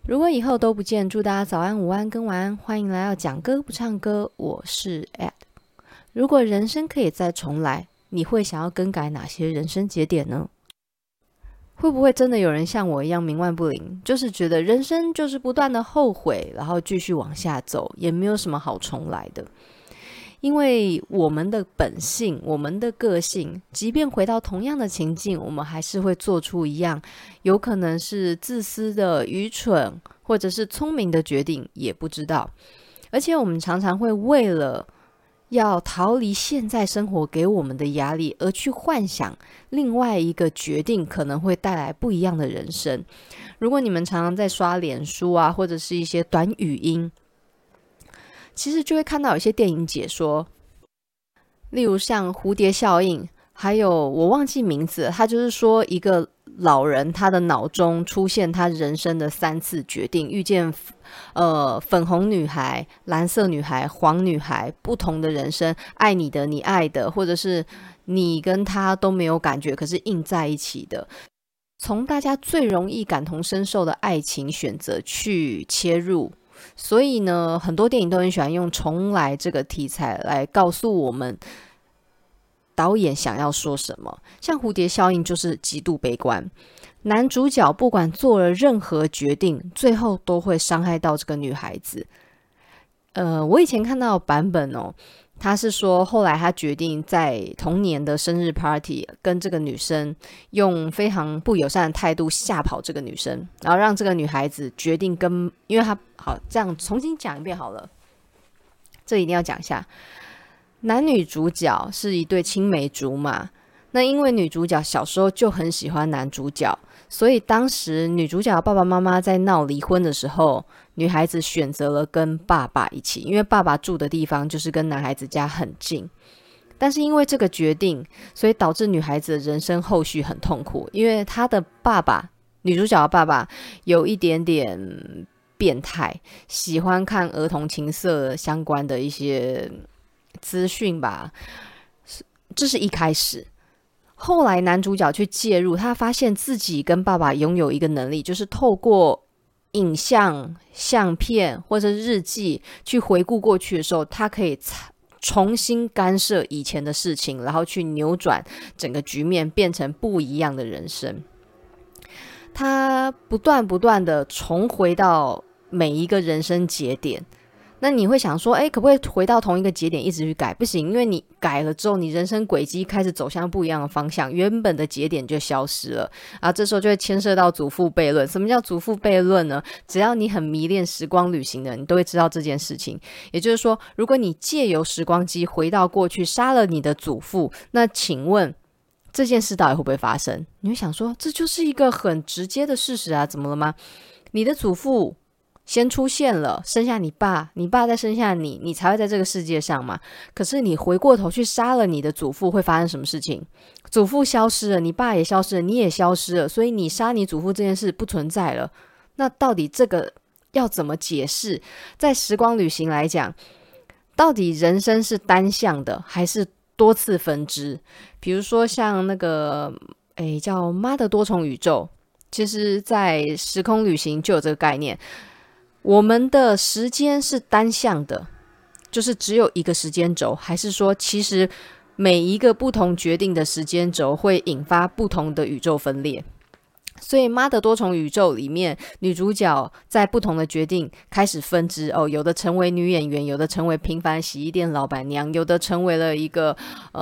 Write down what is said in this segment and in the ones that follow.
如果以后都不见，祝大家早安、午安、跟晚安。欢迎来到讲歌不唱歌，我是 Ed。如果人生可以再重来，你会想要更改哪些人生节点呢？会不会真的有人像我一样冥顽不灵，就是觉得人生就是不断的后悔，然后继续往下走，也没有什么好重来的？因为我们的本性，我们的个性，即便回到同样的情境，我们还是会做出一样有可能是自私的、愚蠢，或者是聪明的决定，也不知道。而且我们常常会为了要逃离现在生活给我们的压力，而去幻想另外一个决定可能会带来不一样的人生。如果你们常常在刷脸书啊，或者是一些短语音，其实就会看到有些电影解说，例如像蝴蝶效应，还有我忘记名字了，他就是说一个老人他的脑中出现他人生的3次决定，遇见粉红女孩、蓝色女孩、黄女孩，不同的人生，爱你的、你爱的，或者是你跟他都没有感觉，可是硬在一起的。从大家最容易感同身受的爱情选择去切入，所以呢，很多电影都很喜欢用重来这个题材来告诉我们导演想要说什么。像蝴蝶效应就是极度悲观，男主角不管做了任何决定，最后都会伤害到这个女孩子。我以前看到的版本哦，他是说后来他决定在同年的生日 party 跟这个女生用非常不友善的态度吓跑这个女生，然后让这个女孩子决定因为他好这样重新讲一遍好了，这一定要讲一下。男女主角是一对青梅竹马，那因为女主角小时候就很喜欢男主角，所以当时女主角爸爸妈妈在闹离婚的时候，女孩子选择了跟爸爸一起，因为爸爸住的地方就是跟男孩子家很近。但是因为这个决定，所以导致女孩子的人生后续很痛苦，因为她的爸爸，女主角的爸爸有一点点变态，喜欢看儿童情色相关的一些资讯吧，这是一开始。后来男主角去介入，他发现自己跟爸爸拥有一个能力，就是透过影像、相片或者日记去回顾过去的时候，他可以重新干涉以前的事情，然后去扭转整个局面，变成不一样的人生。他不断的重回到每一个人生节点。那你会想说，可不可以回到同一个节点一直去改？不行，因为你改了之后，你人生轨迹开始走向不一样的方向，原本的节点就消失了啊。这时候就会牵涉到祖父悖论。什么叫祖父悖论呢？只要你很迷恋时光旅行的，你都会知道这件事情。也就是说，如果你借由时光机回到过去，杀了你的祖父，那请问这件事到底会不会发生？你会想说，这就是一个很直接的事实啊，怎么了吗？你的祖父先出现了，生下你爸，你爸再生下你，你才会在这个世界上嘛。可是你回过头去杀了你的祖父，会发生什么事情？祖父消失了，你爸也消失了，你也消失了，所以你杀你祖父这件事不存在了。那到底这个要怎么解释？在时光旅行来讲，到底人生是单向的还是多次分支？比如说像那个叫妈的多重宇宙，其实在时空旅行就有这个概念。我们的时间是单向的，就是只有一个时间轴，还是说其实每一个不同决定的时间轴会引发不同的宇宙分裂？所以妈的多重宇宙里面，女主角在不同的决定开始分支哦，有的成为女演员，有的成为平凡洗衣店老板娘，有的成为了一个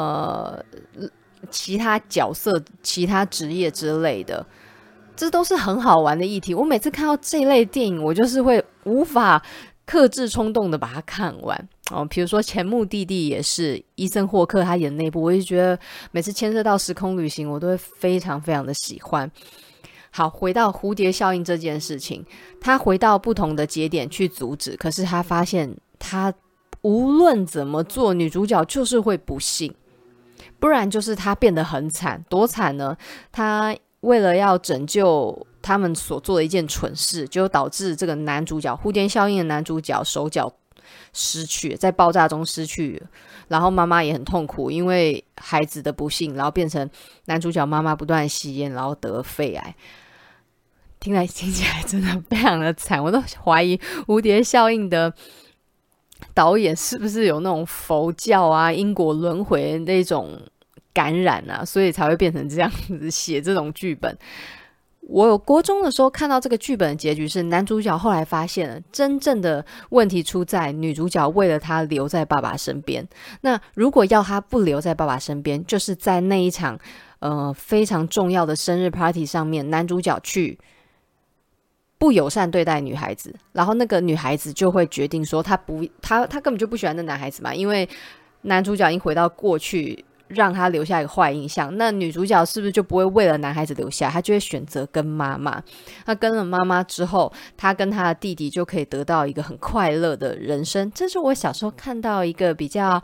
其他角色、其他职业之类的。这都是很好玩的议题。我每次看到这一类电影，我就是会无法克制冲动的把它看完哦。比如说《前目的地》也是伊森霍克他演的那部，我就觉得每次牵涉到时空旅行，我都会非常非常的喜欢。好，回到蝴蝶效应这件事情，他回到不同的节点去阻止，可是他发现他无论怎么做，女主角就是会不幸，不然就是他变得很惨，多惨呢？他为了要拯救他们所做的一件蠢事，就导致这个男主角蝴蝶效应的男主角手脚失去，在爆炸中失去，然后妈妈也很痛苦，因为孩子的不幸，然后变成男主角妈妈不断吸烟，然后得肺癌。 听起来真的非常的惨，我都怀疑蝴蝶效应的导演是不是有那种佛教啊、因果轮回那种感染啊，所以才会变成这样子写这种剧本。我有国中的时候看到这个剧本的结局是，男主角后来发现了真正的问题出在女主角为了他留在爸爸身边。那如果要他不留在爸爸身边，就是在那一场非常重要的生日 party 上面，男主角去不友善对待女孩子，然后那个女孩子就会决定说他根本就不喜欢那男孩子嘛，因为男主角已经回到过去让他留下一个坏印象，那女主角是不是就不会为了男孩子留下，她就会选择跟妈妈。她跟了妈妈之后，她跟她的弟弟就可以得到一个很快乐的人生。这是我小时候看到一个比较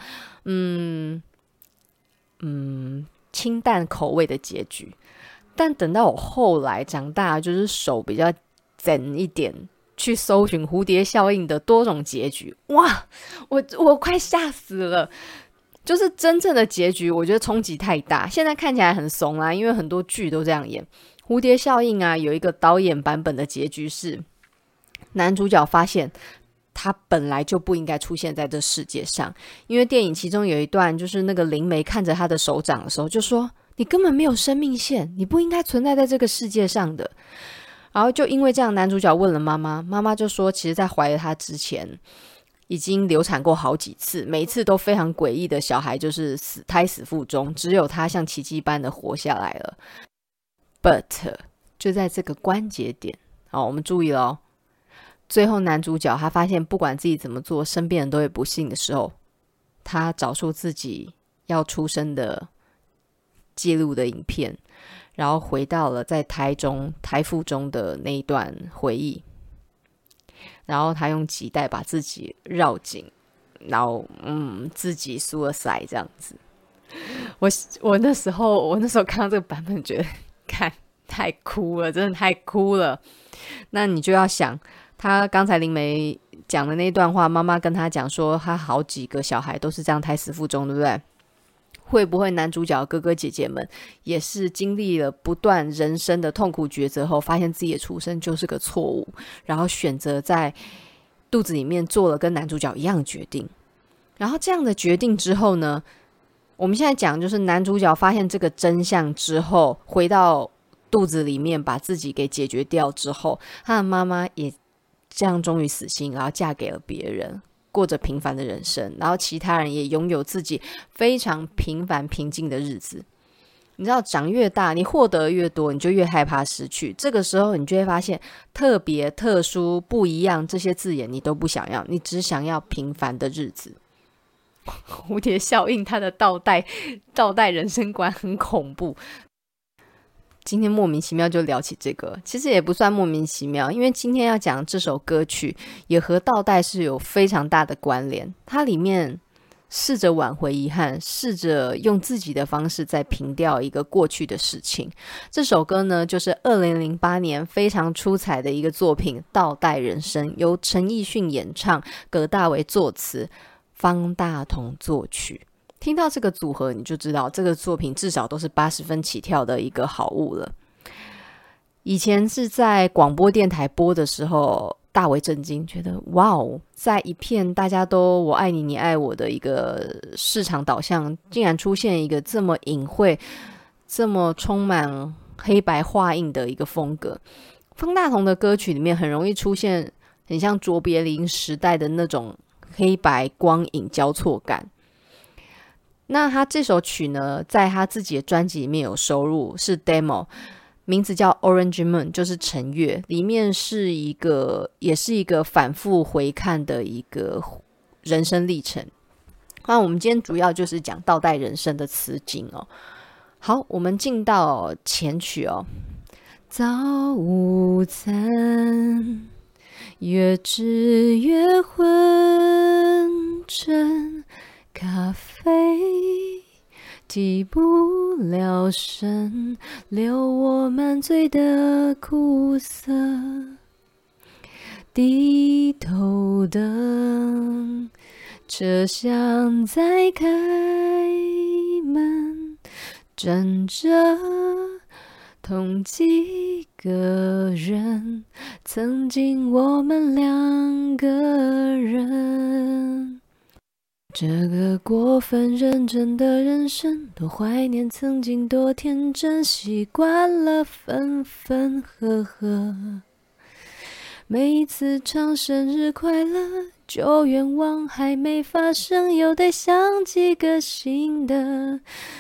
清淡口味的结局。但等到我后来长大，就是手比较整一点，去搜寻蝴蝶效应的多种结局，哇，我快吓死了。就是真正的结局，我觉得冲击太大。现在看起来很怂啦，因为很多剧都这样演。蝴蝶效应啊，有一个导演版本的结局是，男主角发现他本来就不应该出现在这世界上。因为电影其中有一段，就是那个灵媒看着他的手掌的时候，就说：“你根本没有生命线，你不应该存在在这个世界上的。”然后就因为这样，男主角问了妈妈，妈妈就说，其实在怀了他之前已经流产过好几次，每一次都非常诡异的小孩就是胎死腹中，只有他像奇迹般的活下来了。 But 就在这个关节点，我们注意咯，最后男主角他发现不管自己怎么做，身边人都会不幸的时候，他找出自己要出生的记录的影片，然后回到了在胎腹中的那一段回忆，然后他用脐带把自己绕紧，然后自己suicide这样子。我那时候看到这个版本，觉得看太哭了，真的太哭了。那你就要想，他刚才灵媒讲的那段话，妈妈跟他讲说，他好几个小孩都是这样胎死腹中，对不对？会不会男主角哥哥姐姐们也是经历了不断人生的痛苦抉择后，发现自己的出生就是个错误，然后选择在肚子里面做了跟男主角一样的决定。然后这样的决定之后呢，我们现在讲就是男主角发现这个真相之后，回到肚子里面把自己给解决掉之后，他的妈妈也这样终于死心，然后嫁给了别人，过着平凡的人生，然后其他人也拥有自己非常平凡平静的日子。你知道长越大，你获得越多，你就越害怕失去。这个时候你就会发现特别、特殊、不一样这些字眼你都不想要，你只想要平凡的日子。蝴蝶效应它的倒带人生观很恐怖。今天莫名其妙就聊起这个，其实也不算莫名其妙，因为今天要讲这首歌曲也和倒带是有非常大的关联。它里面试着挽回遗憾，试着用自己的方式再平掉一个过去的事情。这首歌呢，就是2008年非常出彩的一个作品《倒带人生》，由陈奕迅演唱，葛大为作词，方大同作曲。听到这个组合你就知道这个作品至少都是80分起跳的一个好物了。以前是在广播电台播的时候大为震惊，觉得哇哦，在一片大家都我爱你你爱我的一个市场导向，竟然出现一个这么隐晦这么充满黑白画印的一个风格。方大同的歌曲里面很容易出现很像卓别林时代的那种黑白光影交错感。那他这首曲呢，在他自己的专辑里面有收录，是 demo， 名字叫 Orange Moon， 就是橙月，里面也是一个反复回看的一个人生历程。那我们今天主要就是讲倒带人生的词景哦。好，我们进到前曲哦。早午餐越吃越昏沉，咖啡提不了神，留我满嘴的苦涩。低头等车厢在开门，枕着同几个人，曾经我们两个人。这个过分认真的人生，多怀念曾经多天真，习惯了分分合合。每一次唱生日快乐，旧愿望还没发生，又得想几个新的，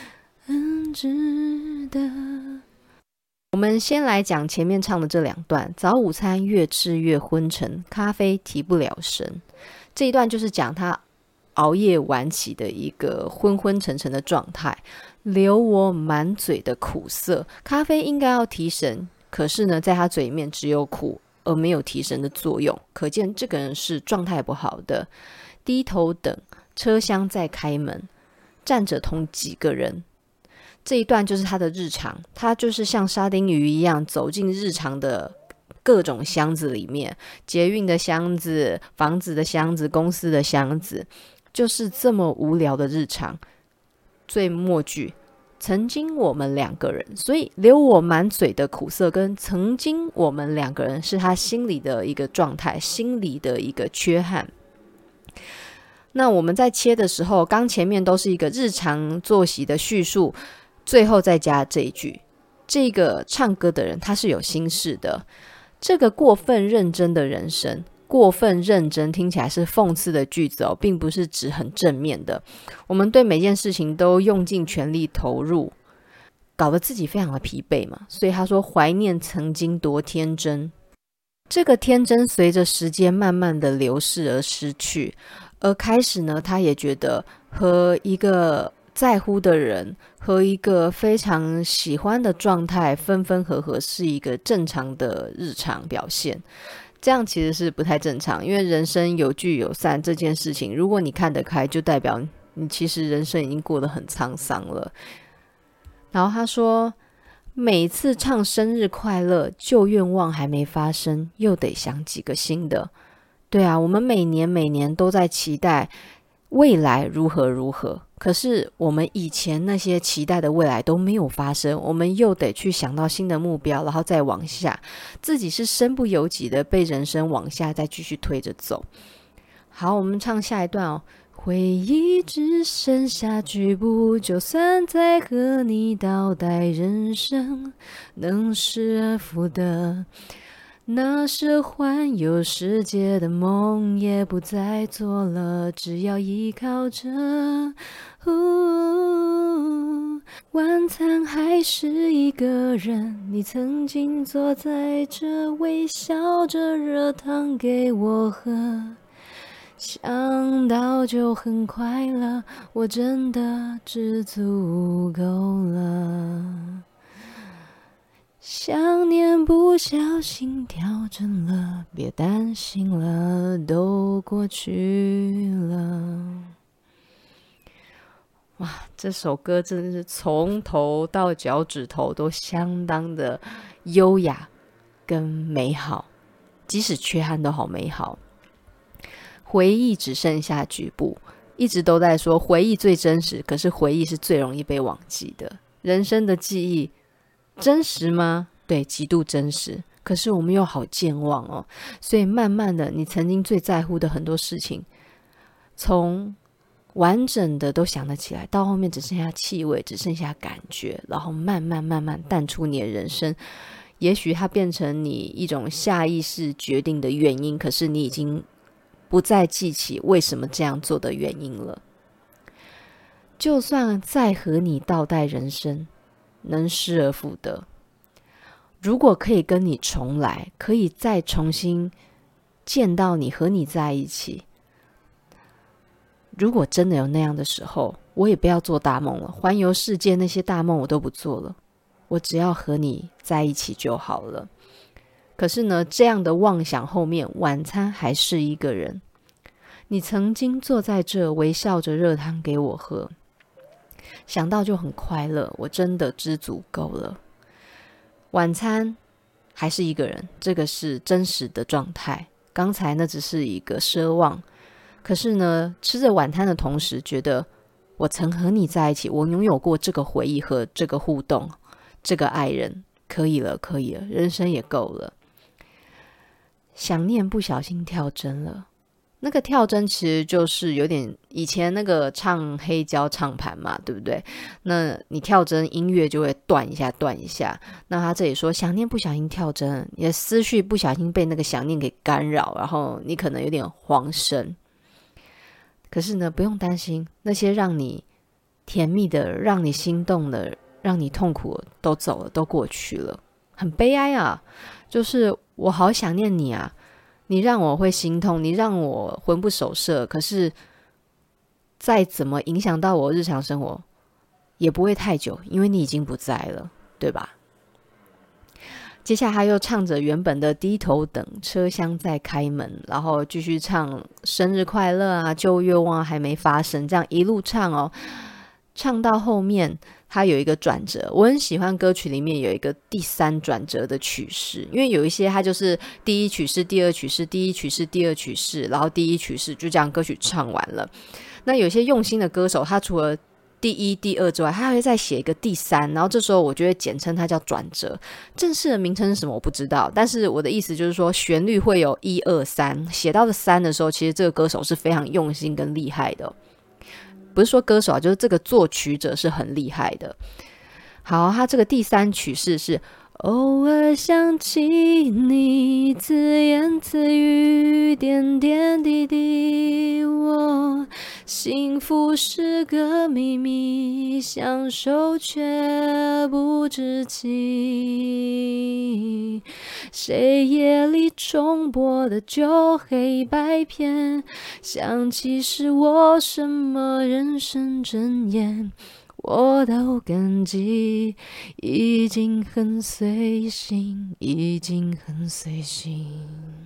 值得。我们先来讲前面唱的这两段，早午餐越吃越昏沉，咖啡提不了神。这一段就是讲他熬夜晚起的一个昏昏沉沉的状态，留我满嘴的苦涩。咖啡应该要提神，可是呢，在他嘴里面只有苦而没有提神的作用，可见这个人是状态不好的。低头等车厢在开门，站着同几个人。这一段就是他的日常，他就是像沙丁鱼一样走进日常的各种箱子里面，捷运的箱子、房子的箱子、公司的箱子，就是这么无聊的日常。最末句，曾经我们两个人，所以留我满嘴的苦涩跟曾经我们两个人是他心里的一个状态，心里的一个缺憾。那我们在切的时候，刚前面都是一个日常作息的叙述，最后再加这一句，这个唱歌的人他是有心事的。这个过分认真的人生，过分认真听起来是讽刺的句子哦，并不是指很正面的。我们对每件事情都用尽全力投入，搞得自己非常的疲惫嘛。所以他说怀念曾经多天真，这个天真随着时间慢慢的流逝而失去，而开始呢，他也觉得和一个在乎的人和一个非常喜欢的状态分分合合是一个正常的日常表现。这样其实是不太正常，因为人生有聚有散这件事情，如果你看得开，就代表你其实人生已经过得很沧桑了。然后他说，每次唱生日快乐，旧愿望还没发生，又得想几个新的。对啊，我们每年都在期待未来如何如何，可是我们以前那些期待的未来都没有发生，我们又得去想到新的目标，然后再往下，自己是身不由己的被人生往下再继续推着走。好，我们唱下一段哦。回忆只剩下局部，就算再和你倒带人生，能失而复得，那是环游世界的梦也不再做了，只要依靠着。晚餐还是一个人，你曾经坐在这微笑着热汤给我喝，想到就很快乐，我真的知足够了。想念不小心调整了，别担心了，都过去了。哇，这首歌真的是从头到脚趾头都相当的优雅跟美好，即使缺憾都好美好。回忆只剩下局部，一直都在说回忆最真实，可是回忆是最容易被忘记的。人生的记忆真实吗？对，极度真实，可是我们又好健忘哦。所以慢慢的，你曾经最在乎的很多事情，从完整的都想得起来，到后面只剩下气味，只剩下感觉，然后慢慢淡出你的人生。也许它变成你一种下意识决定的原因，可是你已经不再记起为什么这样做的原因了。就算再和你倒带人生，能失而复得。如果可以跟你重来，可以再重新见到你，和你在一起，如果真的有那样的时候，我也不要做大梦了，环游世界那些大梦我都不做了，我只要和你在一起就好了。可是呢，这样的妄想后面，晚餐还是一个人。你曾经坐在这微笑着热汤给我喝，想到就很快乐，我真的知足够了。晚餐还是一个人，这个是真实的状态，刚才那只是一个奢望。可是呢，吃着晚餐的同时，觉得我曾和你在一起，我拥有过这个回忆和这个互动，这个爱人， 可以了，可以了，人生也够了。想念不小心跳针了，那个跳针其实就是有点以前那个唱黑胶唱盘嘛，对不对？那你跳针音乐就会断一下断一下，那他这里说想念不小心跳针，你的思绪不小心被那个想念给干扰，然后你可能有点慌神。可是呢，不用担心，那些让你甜蜜的、让你心动的、让你痛苦的都走了，都过去了。很悲哀啊，就是我好想念你啊，你让我会心痛，你让我魂不守舍，可是再怎么影响到我日常生活也不会太久，因为你已经不在了，对吧？接下来他又唱着原本的低头等车厢在开门，然后继续唱生日快乐啊，旧愿望还没发生，这样一路唱哦，唱到后面它有一个转折。我很喜欢歌曲里面有一个第三转折的曲式，因为有一些它就是第一曲式、第二曲式、第一曲式、第二曲式，然后第一曲式就这样歌曲唱完了。那有些用心的歌手，他除了第一、第二之外，他还会再写一个第三，然后这时候我就会简称它叫转折。正式的名称是什么我不知道，但是我的意思就是说，旋律会有1、2、3，写到了3的时候，其实这个歌手是非常用心跟厉害的。不是说歌手啊，就是这个作曲者是很厉害的。好，他这个第三曲式是偶尔想起你，自言自语，点点滴滴，我幸福是个秘密，享受却不知情。谁夜里重播的旧黑白片，想起是我什么人生箴言，我都感激，已经很随性，已经很随性。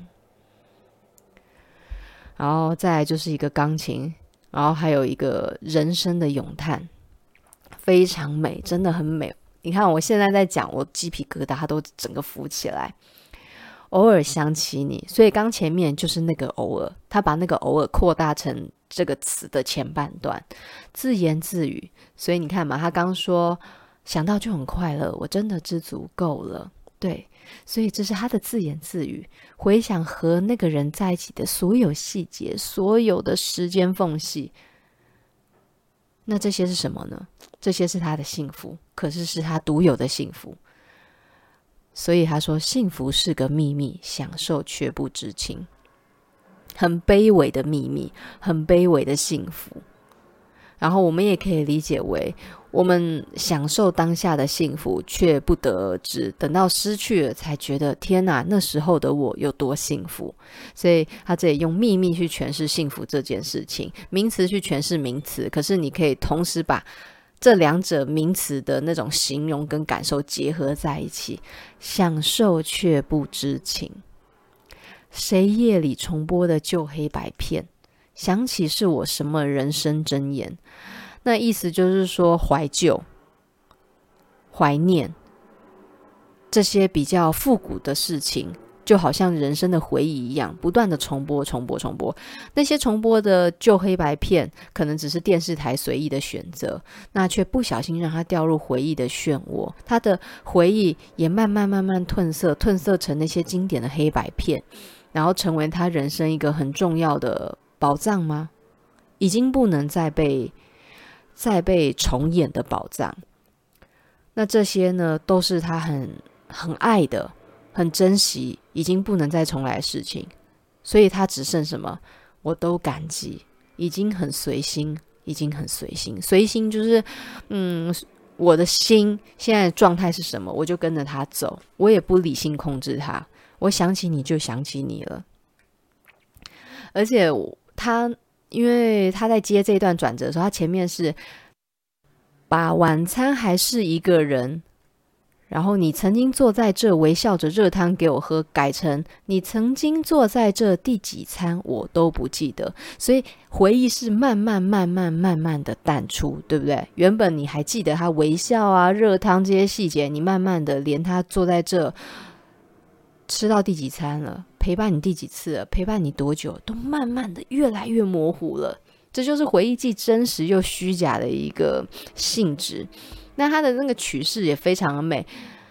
然后再来就是一个钢琴，然后还有一个人声的咏叹，非常美，真的很美。你看我现在在讲，我鸡皮疙瘩它都整个浮起来。偶尔想起你，所以刚前面就是那个偶尔，他把那个偶尔扩大成这个词的前半段，自言自语。所以你看嘛，他刚说想到就很快乐，我真的知足够了，对，所以这是他的自言自语，回想和那个人在一起的所有细节，所有的时间缝隙。那这些是什么呢？这些是他的幸福，可是是他独有的幸福。所以他说幸福是个秘密，享受却不知情。很卑微的秘密，很卑微的幸福。然后我们也可以理解为，我们享受当下的幸福却不得而知，等到失去了才觉得天哪，那时候的我有多幸福。所以他这里用秘密去诠释幸福这件事情，名词去诠释名词，可是你可以同时把这两者名词的那种形容跟感受结合在一起，享受却不知情。谁夜里重播的旧黑白片，想起是我什么人生箴言。那意思就是说怀旧、怀念这些比较复古的事情，就好像人生的回忆一样，不断的重播。那些重播的旧黑白片可能只是电视台随意的选择，那却不小心让他掉入回忆的漩涡，他的回忆也慢慢褪色成那些经典的黑白片，然后成为他人生一个很重要的宝藏吗？已经不能再被重演的宝藏。那这些呢，都是他很爱的，很珍惜，已经不能再重来的事情。所以他只剩什么？我都感激，已经很随心，已经很随心。随心就是我的心现在的状态是什么，我就跟着他走，我也不理性控制他，我想起你就想起你了。而且因为他在接这一段转折的时候，他前面是把晚餐还是一个人，然后你曾经坐在这微笑着热汤给我喝，改成你曾经坐在这第几餐我都不记得。所以回忆是慢慢的淡出，对不对？原本你还记得他微笑啊、热汤这些细节，你慢慢的连他坐在这吃到第几餐了，陪伴你第几次了，陪伴你多久，都慢慢的越来越模糊了。这就是回忆既真实又虚假的一个性质。那它的那个曲式也非常的美。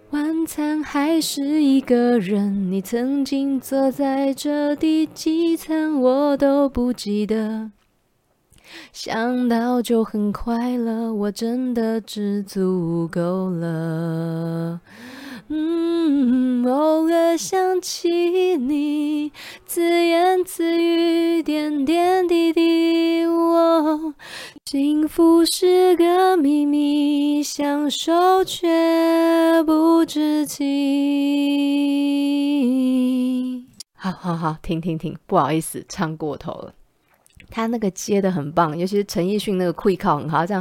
晚餐还是一个人，你曾经坐在这第几层我都不记得，想到就很快乐，我真的知足够了。偶尔想起你，自言自语，点点滴滴。幸福是个秘密，享受却不知情。好，停，不好意思，唱过头了。他那个接的很棒，尤其是陈奕迅那个quick call很好，这样，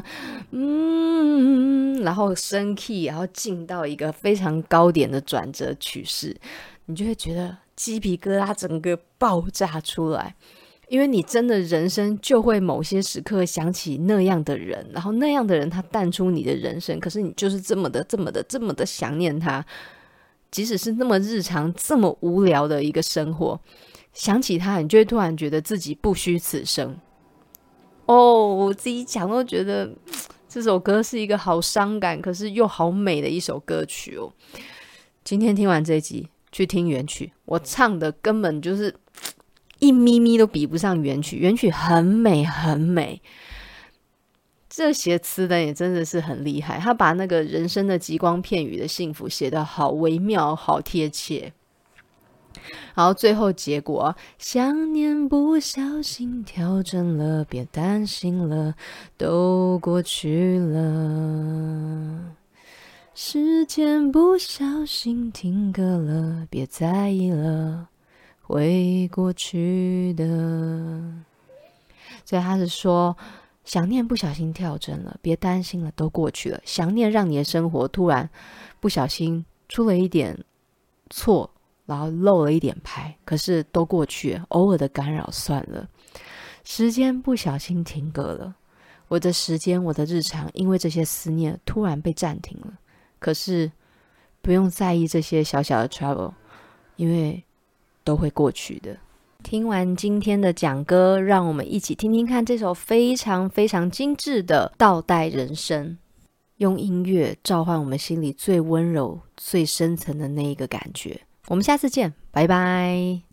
然后升 key， 然后进到一个非常高点的转折曲式，你就会觉得鸡皮疙瘩整个爆炸出来，因为你真的人生就会某些时刻想起那样的人，然后那样的人他淡出你的人生，可是你就是这么的想念他，即使是那么日常这么无聊的一个生活，想起他，你就会突然觉得自己不虚此生。我自己讲都觉得这首歌是一个好伤感，可是又好美的一首歌曲哦。今天听完这一集，去听原曲，我唱的根本就是一咪咪都比不上原曲，原曲很美很美。这写词的也真的是很厉害，他把那个人生的极光片语的幸福写得好微妙，好贴切。然后最后结果，想念不小心调整了，别担心了，都过去了。时间不小心停格了，别在意了，会过去的。所以他是说，想念不小心跳针了，别担心了，都过去了。想念让你的生活突然不小心出了一点错，然后漏了一点拍，可是都过去了，偶尔的干扰算了。时间不小心停格了，我的时间，我的日常，因为这些思念突然被暂停了。可是不用在意这些小小的 trouble， 因为都会过去的。听完今天的讲歌，让我们一起听听看这首非常非常精致的倒带人生，用音乐召唤我们心里最温柔最深层的那一个感觉。我们下次见，拜拜。